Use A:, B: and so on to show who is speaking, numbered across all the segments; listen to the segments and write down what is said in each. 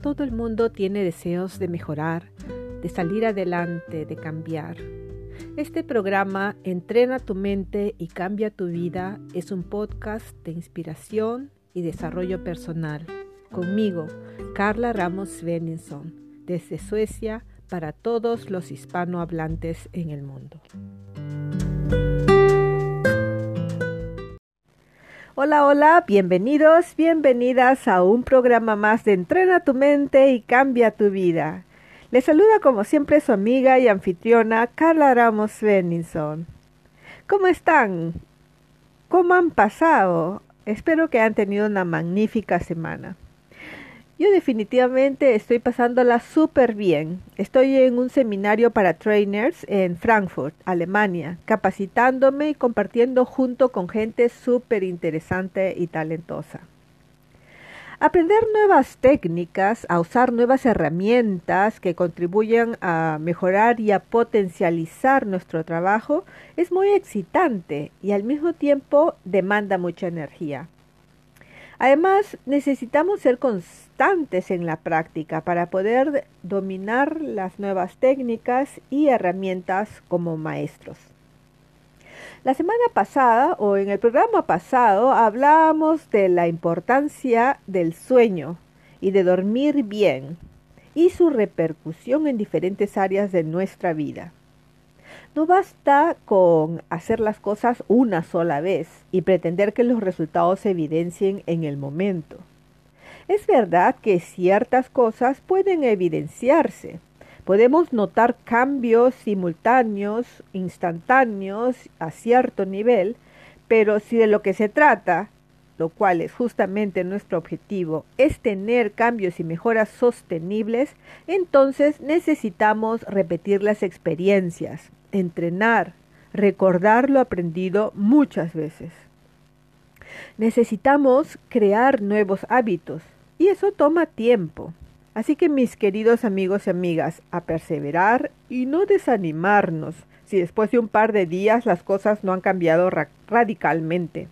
A: Todo el mundo tiene deseos de mejorar, de salir adelante, de cambiar. Este programa Entrena tu mente y cambia tu vida es un podcast de inspiración y desarrollo personal. Conmigo, Carla Ramos Svenningsson, desde Suecia para todos los hispanohablantes en el mundo. Hola, bienvenidos, bienvenidas a un programa más de Entrena tu mente y cambia tu vida. Les saluda como siempre su amiga y anfitriona Carla Ramos Svenningsson. ¿Cómo están? ¿Cómo han pasado? Espero que han tenido una magnífica semana. Yo definitivamente estoy pasándola súper bien. Estoy en un seminario para trainers en Frankfurt, Alemania, capacitándome y compartiendo junto con gente súper interesante y talentosa. Aprender nuevas técnicas, a usar nuevas herramientas que contribuyen a mejorar y a potencializar nuestro trabajo es muy excitante y al mismo tiempo demanda mucha energía. Además, necesitamos ser constantes en la práctica para poder dominar las nuevas técnicas y herramientas como maestros. La semana pasada o en el programa pasado hablábamos de la importancia del sueño y de dormir bien y su repercusión en diferentes áreas de nuestra vida. No basta con hacer las cosas una sola vez y pretender que los resultados se evidencien en el momento. Es verdad que ciertas cosas pueden evidenciarse. Podemos notar cambios simultáneos, instantáneos, a cierto nivel, pero si de lo que se trata, lo cual es justamente nuestro objetivo, es tener cambios y mejoras sostenibles, entonces necesitamos repetir las experiencias, entrenar, recordar lo aprendido muchas veces. Necesitamos crear nuevos hábitos y eso toma tiempo. Así que mis queridos amigos y amigas, a perseverar y no desanimarnos si después de un par de días las cosas no han cambiado radicalmente.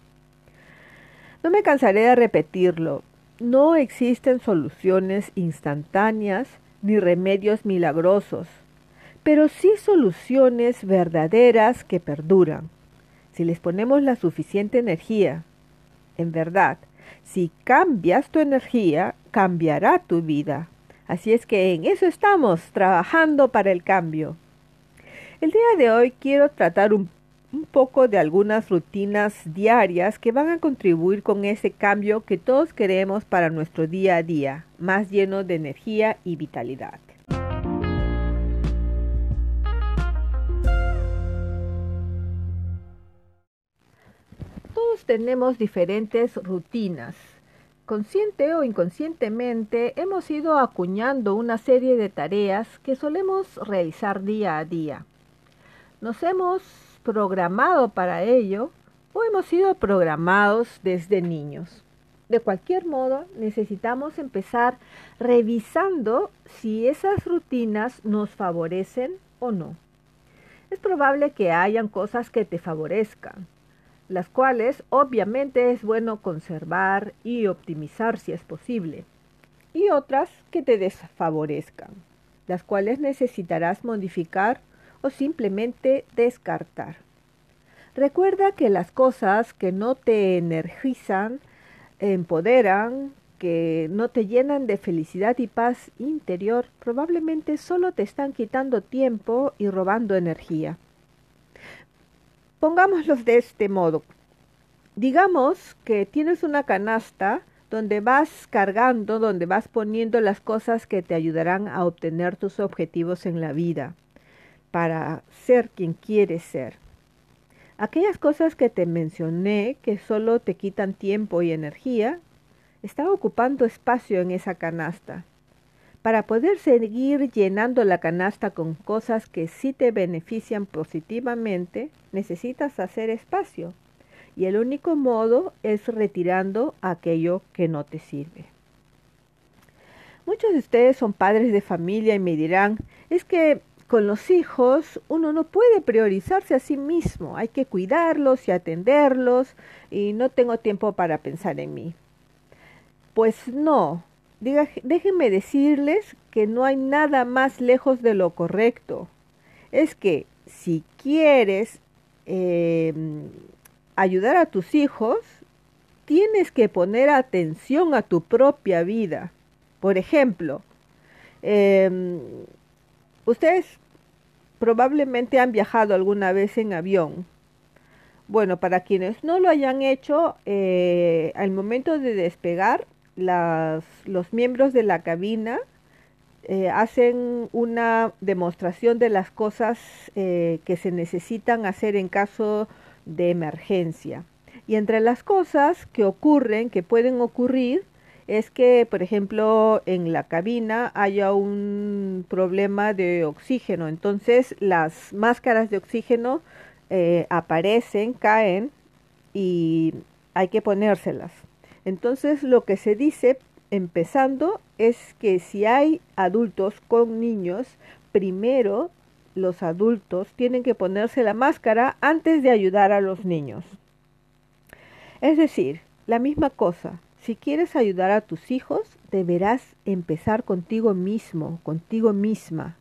A: No me cansaré de repetirlo, no existen soluciones instantáneas ni remedios milagrosos, pero sí soluciones verdaderas que perduran. Si les ponemos la suficiente energía, en verdad, si cambias tu energía, cambiará tu vida. Así es que en eso estamos, trabajando para el cambio. El día de hoy quiero tratar un poco de algunas rutinas diarias que van a contribuir con ese cambio que todos queremos para nuestro día a día, más lleno de energía y vitalidad. Todos tenemos diferentes rutinas. Consciente o inconscientemente hemos ido acuñando una serie de tareas que solemos realizar día a día. Nos hemos programado para ello o hemos sido programados desde niños. De cualquier modo, necesitamos empezar revisando si esas rutinas nos favorecen o no. Es probable que hayan cosas que te favorezcan, las cuales obviamente es bueno conservar y optimizar si es posible, y otras que te desfavorezcan, las cuales necesitarás modificar o simplemente descartar. Recuerda que las cosas que no te energizan, empoderan, que no te llenan de felicidad y paz interior, probablemente solo te están quitando tiempo y robando energía. Pongámoslos de este modo. Digamos que tienes una canasta donde vas cargando, donde vas poniendo las cosas que te ayudarán a obtener tus objetivos en la vida, para ser quien quieres ser. Aquellas cosas que te mencioné, que solo te quitan tiempo y energía, están ocupando espacio en esa canasta. Para poder seguir llenando la canasta con cosas que sí te benefician positivamente, necesitas hacer espacio. Y el único modo es retirando aquello que no te sirve. Muchos de ustedes son padres de familia y me dirán, es que con los hijos uno no puede priorizarse a sí mismo, hay que cuidarlos y atenderlos y no tengo tiempo para pensar en mí. Pues no, Déjenme decirles que no hay nada más lejos de lo correcto. Es que si quieres ayudar a tus hijos, tienes que poner atención a tu propia vida. Por ejemplo, em, ustedes probablemente han viajado alguna vez en avión. Bueno, para quienes no lo hayan hecho, al momento de despegar, los miembros de la cabina hacen una demostración de las cosas que se necesitan hacer en caso de emergencia. Y entre las cosas que ocurren, que pueden ocurrir, es que, por ejemplo, en la cabina haya un problema de oxígeno. Entonces, las máscaras de oxígeno aparecen, caen y hay que ponérselas. Entonces, lo que se dice, empezando, es que si hay adultos con niños, primero los adultos tienen que ponerse la máscara antes de ayudar a los niños. Es decir, la misma cosa. Si quieres ayudar a tus hijos, deberás empezar contigo mismo, contigo misma.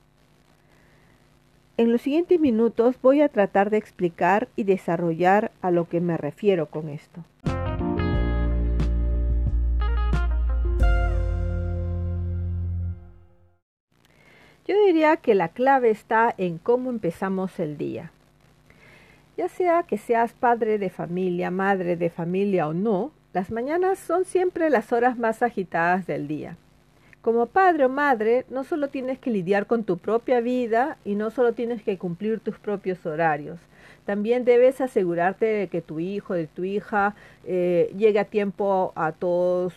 A: En los siguientes minutos voy a tratar de explicar y desarrollar a lo que me refiero con esto. Yo diría que la clave está en cómo empezamos el día. Ya sea que seas padre de familia, madre de familia o no, las mañanas son siempre las horas más agitadas del día. Como padre o madre, no solo tienes que lidiar con tu propia vida y no solo tienes que cumplir tus propios horarios. También debes asegurarte de que tu hijo, de tu hija, llegue a tiempo a todos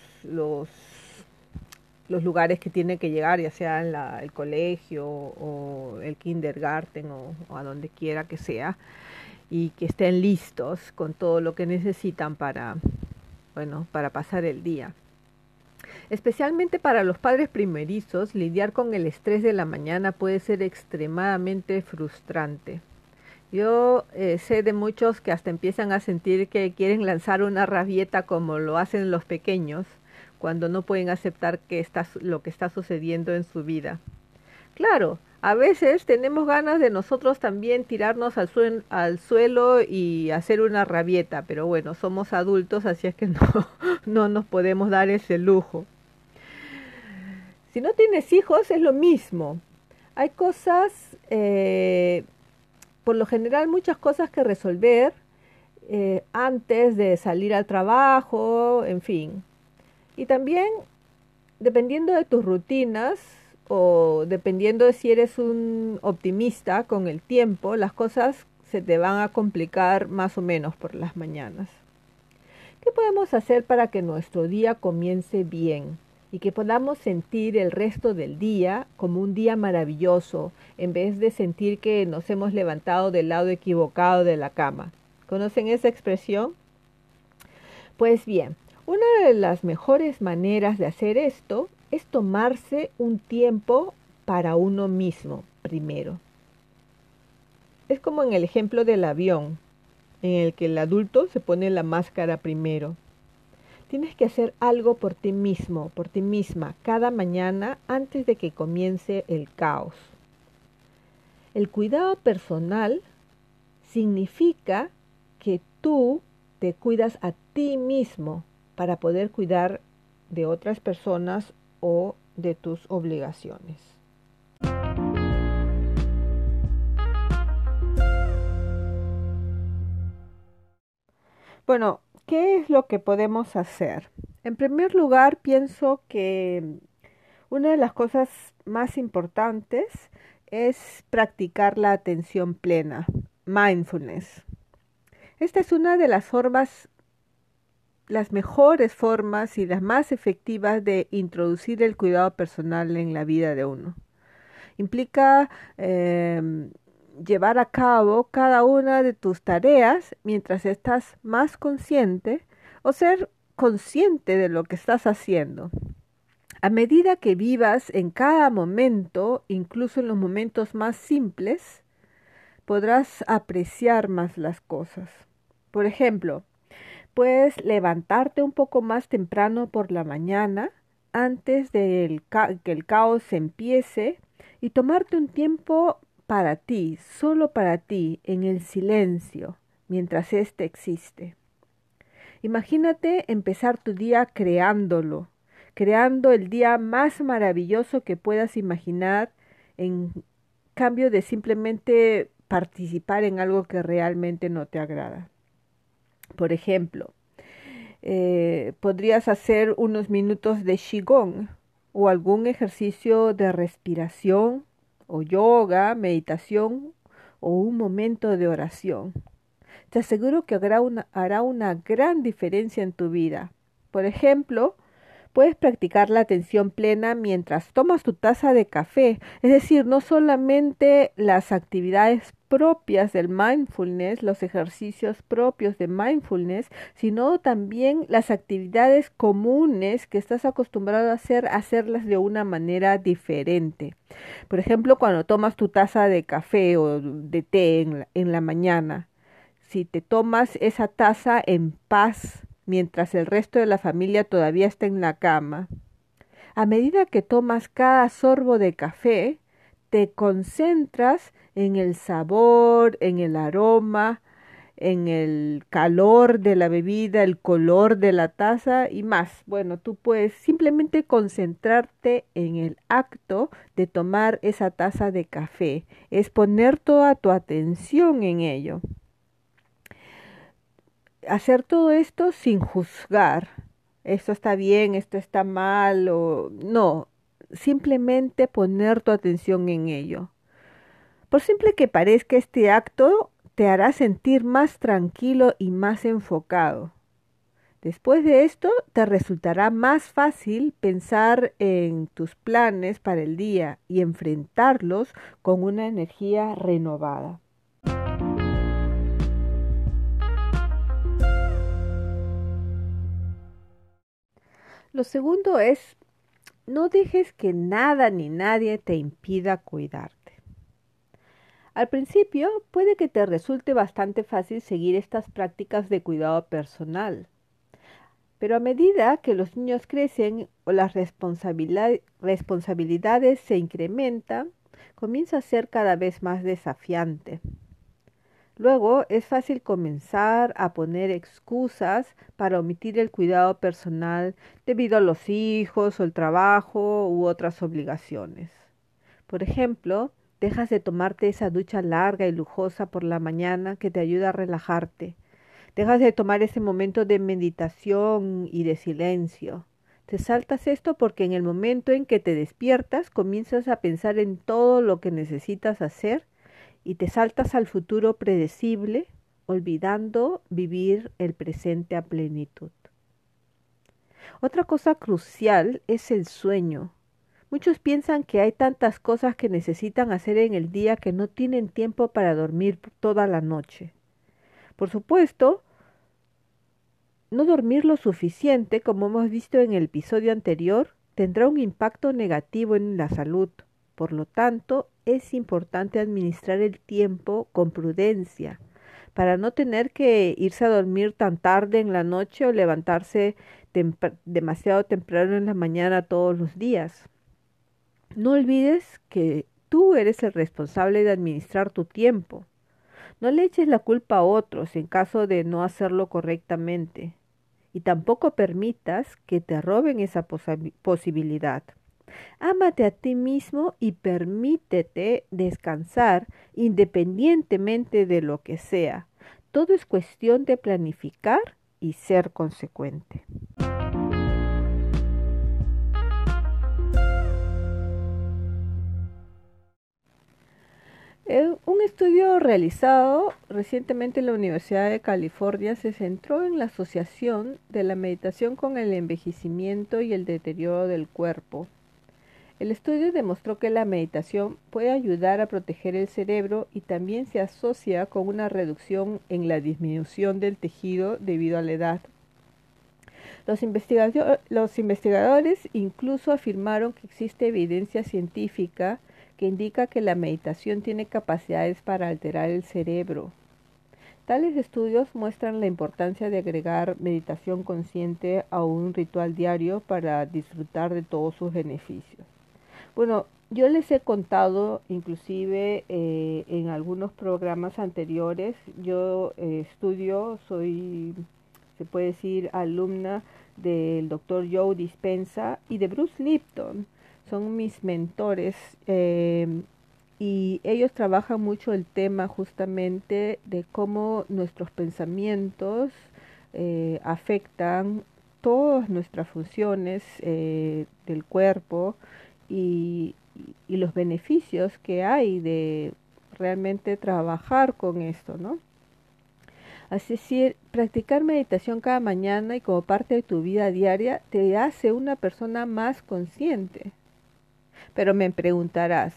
A: los lugares que tiene que llegar, ya sea en el colegio o el kindergarten o a donde quiera que sea, y que estén listos con todo lo que necesitan para pasar el día. Especialmente para los padres primerizos, lidiar con el estrés de la mañana puede ser extremadamente frustrante. Yo sé de muchos que hasta empiezan a sentir que quieren lanzar una rabieta como lo hacen los pequeños, cuando no pueden aceptar lo que está sucediendo en su vida. Claro, a veces tenemos ganas de nosotros también tirarnos al suelo y hacer una rabieta, pero bueno, somos adultos, así es que no nos podemos dar ese lujo. Si no tienes hijos, es lo mismo. Hay cosas, por lo general, muchas cosas que resolver antes de salir al trabajo, en fin. Y también, dependiendo de tus rutinas o dependiendo de si eres un optimista con el tiempo, las cosas se te van a complicar más o menos por las mañanas. ¿Qué podemos hacer para que nuestro día comience bien y que podamos sentir el resto del día como un día maravilloso en vez de sentir que nos hemos levantado del lado equivocado de la cama? ¿Conocen esa expresión? Pues bien, una de las mejores maneras de hacer esto es tomarse un tiempo para uno mismo primero. Es como en el ejemplo del avión, en el que el adulto se pone la máscara primero. Tienes que hacer algo por ti mismo, por ti misma, cada mañana antes de que comience el caos. El cuidado personal significa que tú te cuidas a ti mismo para poder cuidar de otras personas o de tus obligaciones. Bueno, ¿qué es lo que podemos hacer? En primer lugar, pienso que una de las cosas más importantes es practicar la atención plena, mindfulness. Esta es una de las mejores formas y las más efectivas de introducir el cuidado personal en la vida de uno. Implica llevar a cabo cada una de tus tareas mientras estás más consciente o ser consciente de lo que estás haciendo. A medida que vivas en cada momento, incluso en los momentos más simples, podrás apreciar más las cosas. Por ejemplo, puedes levantarte un poco más temprano por la mañana antes de que el caos empiece y tomarte un tiempo para ti, solo para ti, en el silencio, mientras éste existe. Imagínate empezar tu día creándolo, creando el día más maravilloso que puedas imaginar en cambio de simplemente participar en algo que realmente no te agrada. Por ejemplo, podrías hacer unos minutos de Qigong o algún ejercicio de respiración o yoga, meditación o un momento de oración. Te aseguro que hará una gran diferencia en tu vida. Por ejemplo, puedes practicar la atención plena mientras tomas tu taza de café, es decir, no solamente las actividades propias del mindfulness, los ejercicios propios de mindfulness, sino también las actividades comunes que estás acostumbrado a hacer, hacerlas de una manera diferente. Por ejemplo, cuando tomas tu taza de café o de té en la mañana, si te tomas esa taza en paz, mientras el resto de la familia todavía está en la cama. A medida que tomas cada sorbo de café, te concentras en el sabor, en el aroma, en el calor de la bebida, el color de la taza y más. Bueno, tú puedes simplemente concentrarte en el acto de tomar esa taza de café. Es poner toda tu atención en ello. Hacer todo esto sin juzgar, esto está bien, esto está mal, o no, simplemente poner tu atención en ello. Por simple que parezca, este acto te hará sentir más tranquilo y más enfocado. Después de esto, te resultará más fácil pensar en tus planes para el día y enfrentarlos con una energía renovada. Lo segundo es, no dejes que nada ni nadie te impida cuidarte. Al principio puede que te resulte bastante fácil seguir estas prácticas de cuidado personal, pero a medida que los niños crecen o las responsabilidades se incrementan, comienza a ser cada vez más desafiante. Luego es fácil comenzar a poner excusas para omitir el cuidado personal debido a los hijos o el trabajo u otras obligaciones. Por ejemplo, dejas de tomarte esa ducha larga y lujosa por la mañana que te ayuda a relajarte. Dejas de tomar ese momento de meditación y de silencio. Te saltas esto porque en el momento en que te despiertas comienzas a pensar en todo lo que necesitas hacer y te saltas al futuro predecible, olvidando vivir el presente a plenitud. Otra cosa crucial es el sueño. Muchos piensan que hay tantas cosas que necesitan hacer en el día que no tienen tiempo para dormir toda la noche. Por supuesto, no dormir lo suficiente, como hemos visto en el episodio anterior, tendrá un impacto negativo en la salud. Por lo tanto, es importante administrar el tiempo con prudencia para no tener que irse a dormir tan tarde en la noche o levantarse demasiado temprano en la mañana todos los días. No olvides que tú eres el responsable de administrar tu tiempo. No le eches la culpa a otros en caso de no hacerlo correctamente y tampoco permitas que te roben esa posibilidad. Ámate a ti mismo y permítete descansar independientemente de lo que sea. Todo es cuestión de planificar y ser consecuente. Un estudio realizado recientemente en la Universidad de California se centró en la asociación de la meditación con el envejecimiento y el deterioro del cuerpo. El estudio demostró que la meditación puede ayudar a proteger el cerebro y también se asocia con una reducción en la disminución del tejido debido a la edad. Los investigadores incluso afirmaron que existe evidencia científica que indica que la meditación tiene capacidades para alterar el cerebro. Tales estudios muestran la importancia de agregar meditación consciente a un ritual diario para disfrutar de todos sus beneficios. Bueno, yo les he contado, inclusive en algunos programas anteriores, yo se puede decir, alumna del doctor Joe Dispenza y de Bruce Lipton. Son mis mentores y ellos trabajan mucho el tema justamente de cómo nuestros pensamientos afectan todas nuestras funciones del cuerpo y, y los beneficios que hay de realmente trabajar con esto, ¿no? Así es decir, practicar meditación cada mañana y como parte de tu vida diaria te hace una persona más consciente. Pero me preguntarás,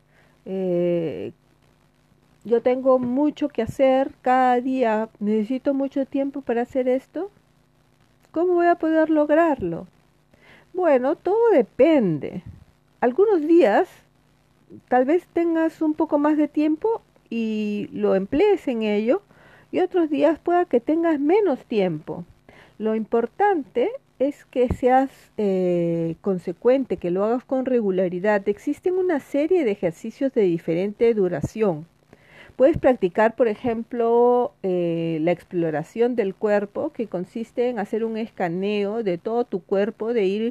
A: eh, yo tengo mucho que hacer cada día, necesito mucho tiempo para hacer esto. ¿Cómo voy a poder lograrlo? Bueno, todo depende. Algunos días tal vez tengas un poco más de tiempo y lo emplees en ello, y otros días pueda que tengas menos tiempo. Lo importante es que seas consecuente, que lo hagas con regularidad. Existen una serie de ejercicios de diferente duración. Puedes practicar, por ejemplo, la exploración del cuerpo, que consiste en hacer un escaneo de todo tu cuerpo, de ir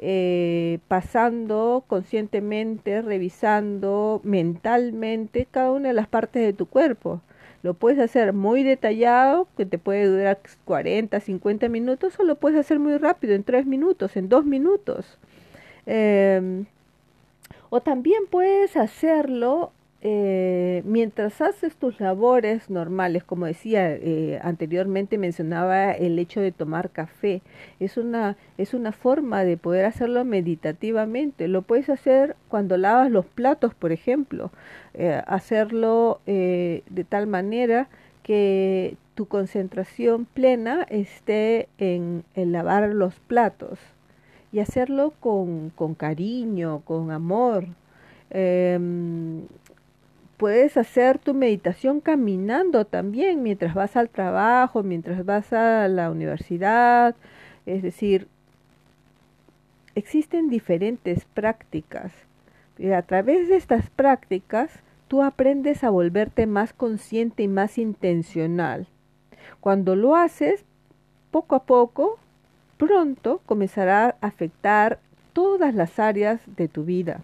A: pasando conscientemente, revisando mentalmente cada una de las partes de tu cuerpo. Lo puedes hacer muy detallado, que te puede durar 40, 50 minutos, o lo puedes hacer muy rápido, en 3 minutos, en 2 minutos. Em, o también puedes hacerlo mientras haces tus labores normales, como decía anteriormente, mencionaba el hecho de tomar café. Es una forma de poder hacerlo meditativamente. Lo puedes hacer cuando lavas los platos, por ejemplo. Hacerlo de tal manera que tu concentración plena esté en lavar los platos y hacerlo con cariño, con amor. Em, Puedes hacer tu meditación caminando también mientras vas al trabajo, mientras vas a la universidad. Es decir, existen diferentes prácticas. Y a través de estas prácticas, tú aprendes a volverte más consciente y más intencional. Cuando lo haces, poco a poco, pronto comenzará a afectar todas las áreas de tu vida.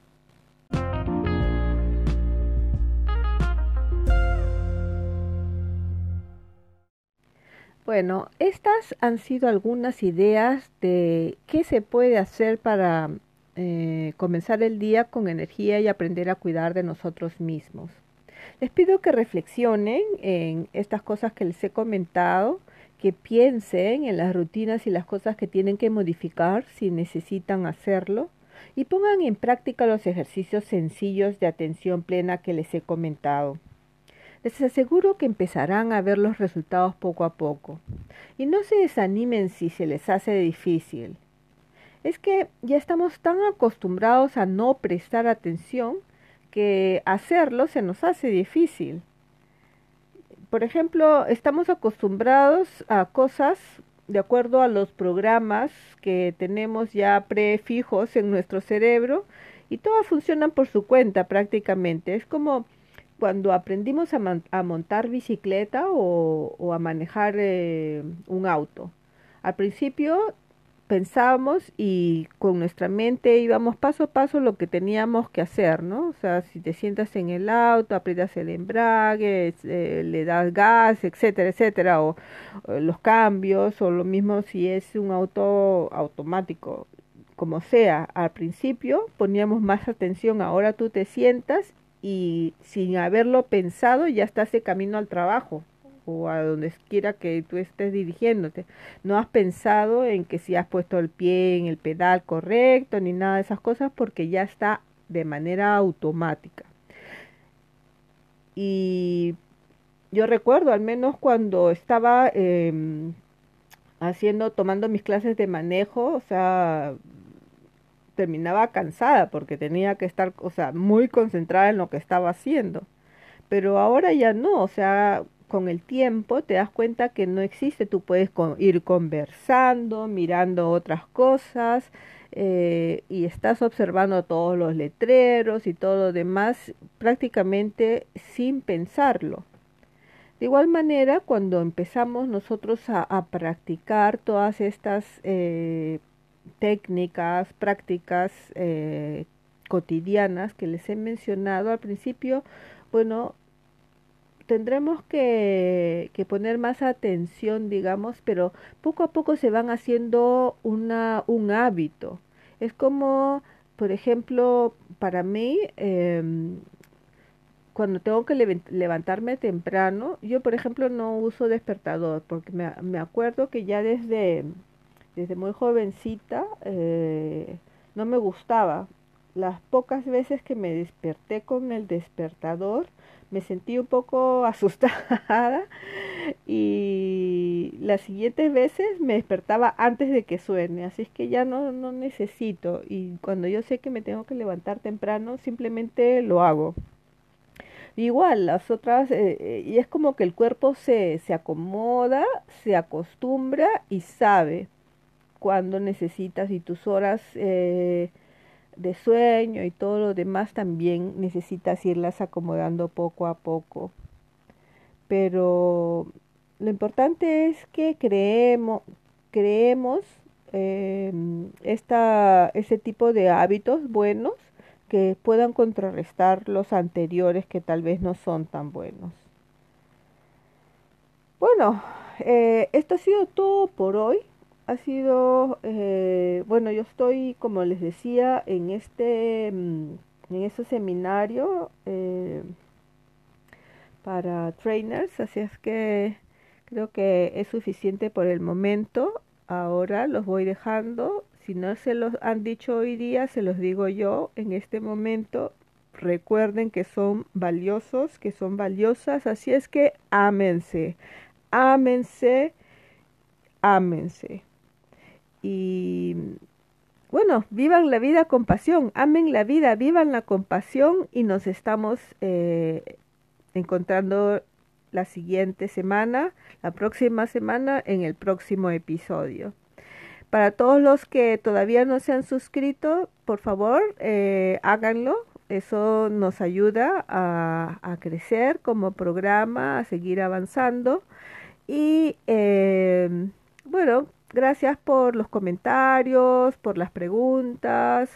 A: Bueno, estas han sido algunas ideas de qué se puede hacer para comenzar el día con energía y aprender a cuidar de nosotros mismos. Les pido que reflexionen en estas cosas que les he comentado, que piensen en las rutinas y las cosas que tienen que modificar si necesitan hacerlo y pongan en práctica los ejercicios sencillos de atención plena que les he comentado. Les aseguro que empezarán a ver los resultados poco a poco. Y no se desanimen si se les hace difícil. Es que ya estamos tan acostumbrados a no prestar atención que hacerlo se nos hace difícil. Por ejemplo, estamos acostumbrados a cosas de acuerdo a los programas que tenemos ya prefijos en nuestro cerebro y todas funcionan por su cuenta prácticamente. Es como cuando aprendimos a montar bicicleta o a manejar un auto. Al principio pensábamos y con nuestra mente íbamos paso a paso lo que teníamos que hacer, ¿no? O sea, si te sientas en el auto, aprietas el embrague, le das gas, etcétera, etcétera, o los cambios, o lo mismo si es un auto automático, como sea. Al principio poníamos más atención, ahora tú te sientas y sin haberlo pensado ya estás de camino al trabajo o a donde quiera que tú estés dirigiéndote. No has pensado en que si has puesto el pie en el pedal correcto ni nada de esas cosas porque ya está de manera automática. Y yo recuerdo, al menos cuando estaba tomando mis clases de manejo, o sea, terminaba cansada porque tenía que estar, o sea, muy concentrada en lo que estaba haciendo. Pero ahora ya no, o sea, con el tiempo te das cuenta que no existe. Tú puedes ir conversando, mirando otras cosas, y estás observando todos los letreros y todo lo demás prácticamente sin pensarlo. De igual manera, cuando empezamos nosotros a practicar todas estas técnicas, prácticas cotidianas que les he mencionado al principio, bueno, tendremos que poner más atención, digamos, pero poco a poco se van haciendo un hábito. Es como, por ejemplo, para mí, cuando tengo que levantarme temprano, yo, por ejemplo, no uso despertador, porque me acuerdo que ya desde muy jovencita no me gustaba. Las pocas veces que me desperté con el despertador, me sentí un poco asustada y las siguientes veces me despertaba antes de que suene, así es que ya no necesito, y cuando yo sé que me tengo que levantar temprano, simplemente lo hago. Igual, las otras, y es como que el cuerpo se acomoda, se acostumbra y sabe cuando necesitas, y tus horas de sueño y todo lo demás también necesitas irlas acomodando poco a poco. Pero lo importante es que creemos ese tipo de hábitos buenos que puedan contrarrestar los anteriores que tal vez no son tan buenos. Bueno, esto ha sido todo por hoy. Ha sido, bueno, yo estoy, como les decía, en este seminario para trainers, así es que creo que es suficiente por el momento. Ahora los voy dejando. Si no se los han dicho hoy día, se los digo yo en este momento. Recuerden que son valiosos, que son valiosas, así es que ámense, ámense, ámense. Y bueno, vivan la vida con pasión, amen la vida, vivan la compasión, y nos estamos encontrando la siguiente semana, la próxima semana, en el próximo episodio. Para todos los que todavía no se han suscrito, por favor, háganlo. Eso nos ayuda a crecer como programa, a seguir avanzando. Y bueno, gracias por los comentarios, por las preguntas.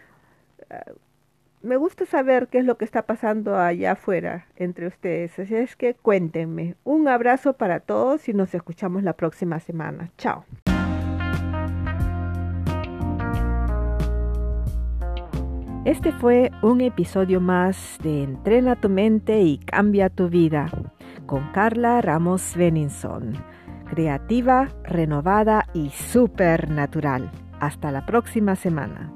A: Me gusta saber qué es lo que está pasando allá afuera entre ustedes. Así es que cuéntenme. Un abrazo para todos y nos escuchamos la próxima semana. Chao. Este fue un episodio más de Entrena tu mente y cambia tu vida con Carla Ramos Sveninson. Creativa, renovada y supernatural. Hasta la próxima semana.